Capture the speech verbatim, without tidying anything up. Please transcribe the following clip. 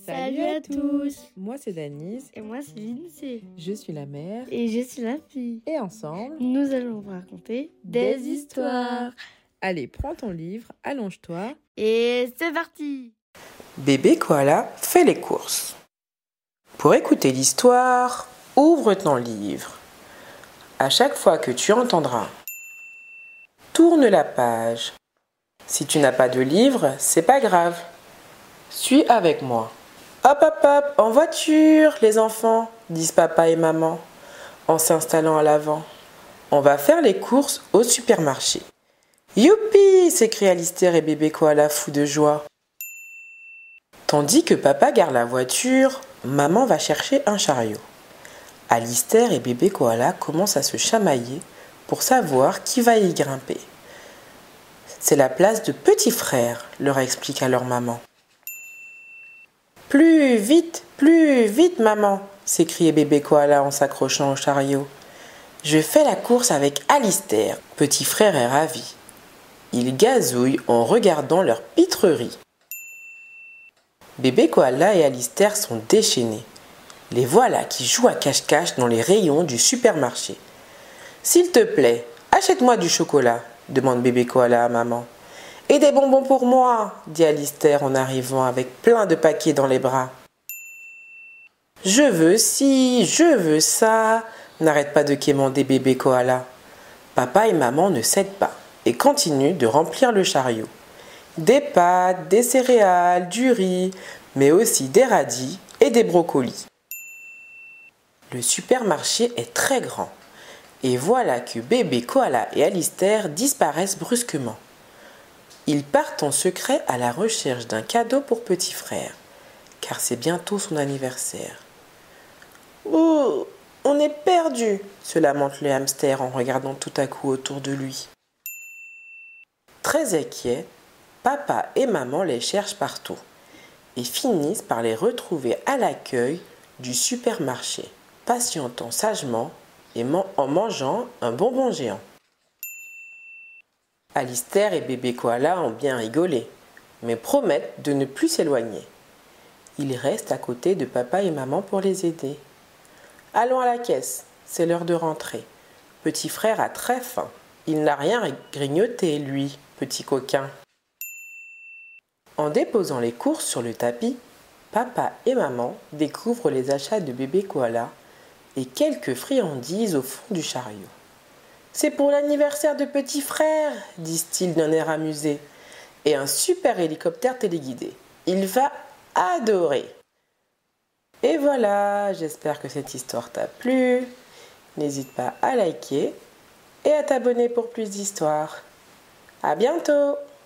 Salut à tous. Moi c'est Danise. Et moi c'est Lindsay. Je suis la mère. Et je suis la fille. Et ensemble, nous allons vous raconter des, des histoires. Allez, prends ton livre, allonge-toi. Et c'est parti. Bébé Koala fait les courses. Pour écouter l'histoire, ouvre ton livre. À chaque fois que tu entendras, tourne la page. Si tu n'as pas de livre, c'est pas grave. Suis avec moi. Hop, hop, hop, en voiture, les enfants, disent papa et maman, en s'installant à l'avant. On va faire les courses au supermarché. Youpi, s'écrient Alistair et bébé Koala fous de joie. Tandis que papa gare la voiture, maman va chercher un chariot. Alistair et bébé Koala commencent à se chamailler pour savoir qui va y grimper. C'est la place de petit frère, leur explique alors maman. Plus vite, plus vite, maman, s'écrie bébé Koala en s'accrochant au chariot. Je fais la course avec Alistair. Petit frère est ravi. Il gazouille en regardant leur pitrerie. Bébé Koala et Alistair sont déchaînés. Les voilà qui jouent à cache-cache dans les rayons du supermarché. S'il te plaît, achète-moi du chocolat, demande bébé Koala à maman. Et des bonbons pour moi, dit Alistair en arrivant avec plein de paquets dans les bras. Je veux ci, je veux ça, n'arrête pas de quémander bébé Koala. Papa et maman ne cèdent pas et continuent de remplir le chariot. Des pâtes, des céréales, du riz, mais aussi des radis et des brocolis. Le supermarché est très grand. Et voilà que bébé Koala et Alistair disparaissent brusquement. Ils partent en secret à la recherche d'un cadeau pour petit frère, car c'est bientôt son anniversaire. « Oh, on est perdu !» se lamente le hamster en regardant tout à coup autour de lui. Très inquiets, papa et maman les cherchent partout et finissent par les retrouver à l'accueil du supermarché, patientant sagement et en mangeant un bonbon géant. Alistair et bébé Koala ont bien rigolé, mais promettent de ne plus s'éloigner. Ils restent à côté de papa et maman pour les aider. Allons à la caisse, c'est l'heure de rentrer. Petit frère a très faim. Il n'a rien grignoté, lui, petit coquin. En déposant les courses sur le tapis, papa et maman découvrent les achats de bébé Koala et quelques friandises au fond du chariot. C'est pour l'anniversaire de petit frère, disent-ils d'un air amusé, et un super hélicoptère téléguidé. Il va adorer. Et voilà, j'espère que cette histoire t'a plu. N'hésite pas à liker et à t'abonner pour plus d'histoires. À bientôt!